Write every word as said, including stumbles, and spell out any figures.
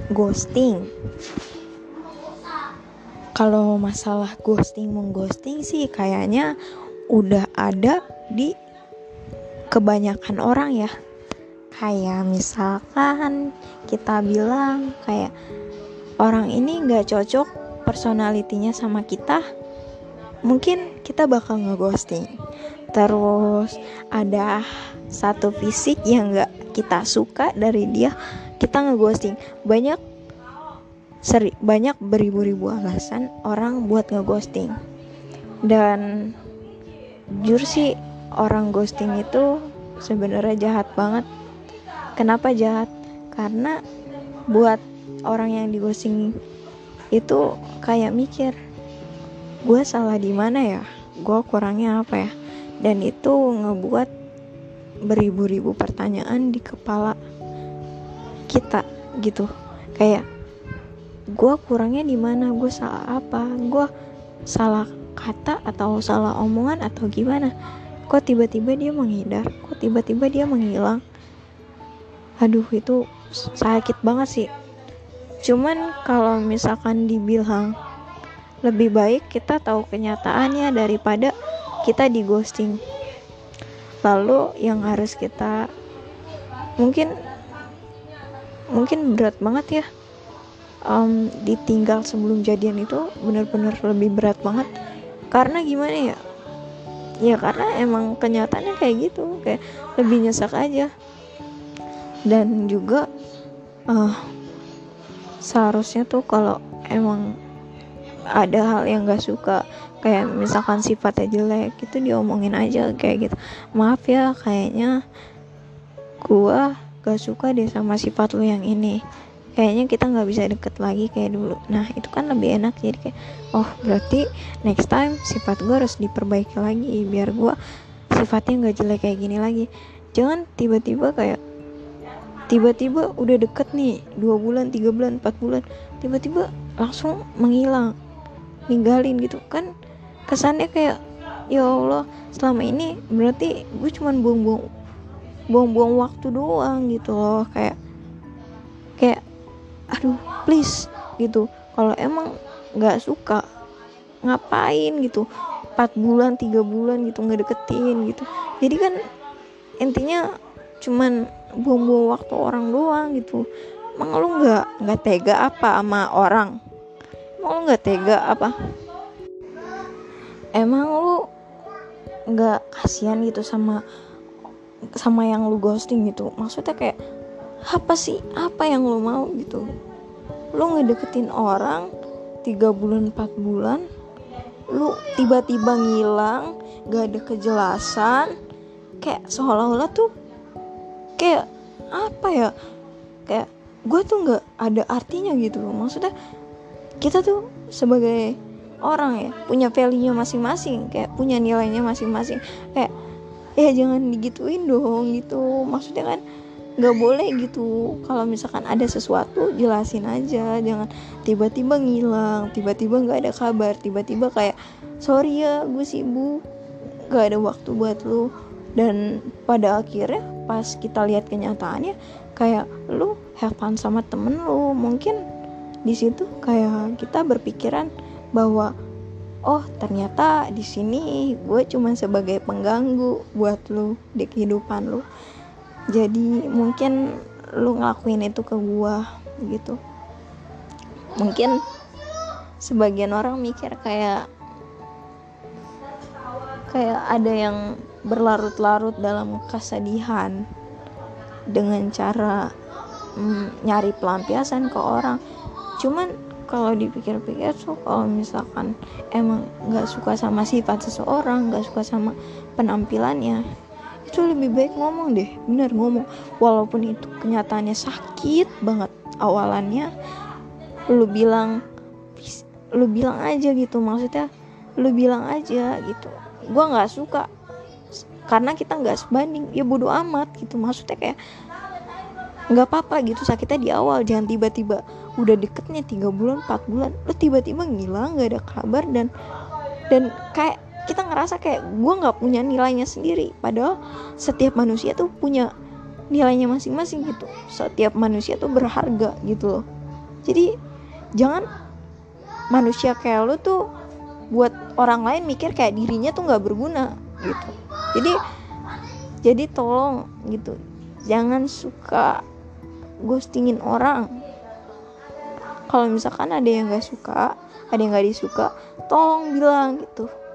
ghosting. Kalau masalah ghosting mengghosting sih kayaknya udah ada di kebanyakan orang ya. Kayak misalkan kita bilang kayak orang ini gak cocok personalitinya sama kita, mungkin kita bakal ngeghosting. Terus ada satu fisik yang gak kita suka dari dia, kita ngeghosting. Banyak seri, banyak beribu-ribu alasan orang buat ngeghosting. Dan jujur sih orang ghosting itu sebenarnya jahat banget. Kenapa jahat? Karena buat orang yang di ghosting itu kayak mikir, gue salah di mana ya? Gue kurangnya apa ya? Dan itu ngebuat beribu-ribu pertanyaan di kepala kita gitu. Kayak gue kurangnya di mana? Gue salah apa? Gue salah kata atau salah omongan atau gimana? Kok tiba-tiba dia menghindar? Kok tiba-tiba dia menghilang? Aduh, itu sakit banget sih. Cuman kalau misalkan dibilang lebih baik kita tahu kenyataannya daripada kita di ghosting. Lalu yang harus kita mungkin mungkin berat banget ya, um, ditinggal sebelum jadian itu benar-benar lebih berat banget. Karena gimana ya? Ya karena emang kenyataannya kayak gitu, kayak lebih nyesek aja. Dan juga uh, seharusnya tuh kalau emang ada hal yang gak suka, kayak misalkan sifatnya jelek, itu diomongin aja kayak gitu. Maaf ya, kayaknya gua gak suka deh sama sifat lu yang ini, kayaknya kita gak bisa deket lagi kayak dulu. Nah itu kan lebih enak, jadi kayak oh berarti next time sifat gua harus diperbaiki lagi biar gua sifatnya gak jelek kayak gini lagi. Jangan tiba-tiba kayak tiba-tiba udah deket nih dua bulan, tiga bulan, empat bulan, tiba-tiba langsung menghilang, ninggalin gitu kan. Kesannya kayak ya Allah, selama ini berarti gue cuman buang-buang buang-buang waktu doang gitu loh. Kayak kayak aduh please gitu, kalau emang gak suka ngapain gitu empat bulan, tiga bulan gitu ngedeketin gitu. Jadi kan intinya cuman buang-buang waktu orang doang gitu. Emang lu gak, gak tega apa sama orang? Emang lu gak tega apa? Emang lu gak kasihan gitu sama sama yang lu ghosting gitu? Maksudnya kayak apa sih? Apa yang lu mau gitu? Lu ngedeketin orang tiga bulan, empat bulan, lu tiba-tiba ngilang, gak ada kejelasan, kayak seolah-olah tuh kayak apa ya, kayak gue tuh nggak ada artinya gitu. Maksudnya kita tuh sebagai orang ya punya value-nya masing-masing, kayak punya nilainya masing-masing. Kayak ya jangan digituin dong gitu. Maksudnya kan nggak boleh gitu. Kalau misalkan ada sesuatu jelasin aja, jangan tiba-tiba ngilang, tiba-tiba nggak ada kabar, tiba-tiba kayak sorry ya gue sibuk, nggak ada waktu buat lu. Dan pada akhirnya pas kita lihat kenyataannya kayak lu have fun sama temen lu, mungkin di situ kayak kita berpikiran bahwa oh ternyata di sini gue cuma sebagai pengganggu buat lu di kehidupan lu. Jadi mungkin lu ngelakuin itu ke gue gitu. Mungkin sebagian orang mikir kayak kayak ada yang berlarut-larut dalam kesedihan dengan cara mm, nyari pelampiasan ke orang. Cuman kalau dipikir-pikir tuh, kalau misalkan emang nggak suka sama sifat seseorang, nggak suka sama penampilannya, itu lebih baik ngomong deh, bener ngomong. Walaupun itu kenyataannya sakit banget awalannya, lu bilang, lu bilang aja gitu. Maksudnya lu bilang aja gitu, gue nggak suka, karena kita nggak sebanding, ya bodo amat gitu. Maksudnya kayak nggak apa-apa gitu sakitnya di awal, jangan tiba-tiba udah deketnya tiga bulan, empat bulan, lu tiba-tiba ngilang, nggak ada kabar. Dan dan kayak kita ngerasa kayak gue nggak punya nilainya sendiri, padahal setiap manusia tuh punya nilainya masing-masing gitu. Setiap manusia tuh berharga gitu loh. Jadi jangan manusia kayak lu tuh buat orang lain mikir kayak dirinya tuh nggak berguna gitu. Jadi jadi tolong gitu, jangan suka ghostingin orang. Kalau misalkan ada yang nggak suka, ada yang nggak disuka, tolong bilang gitu.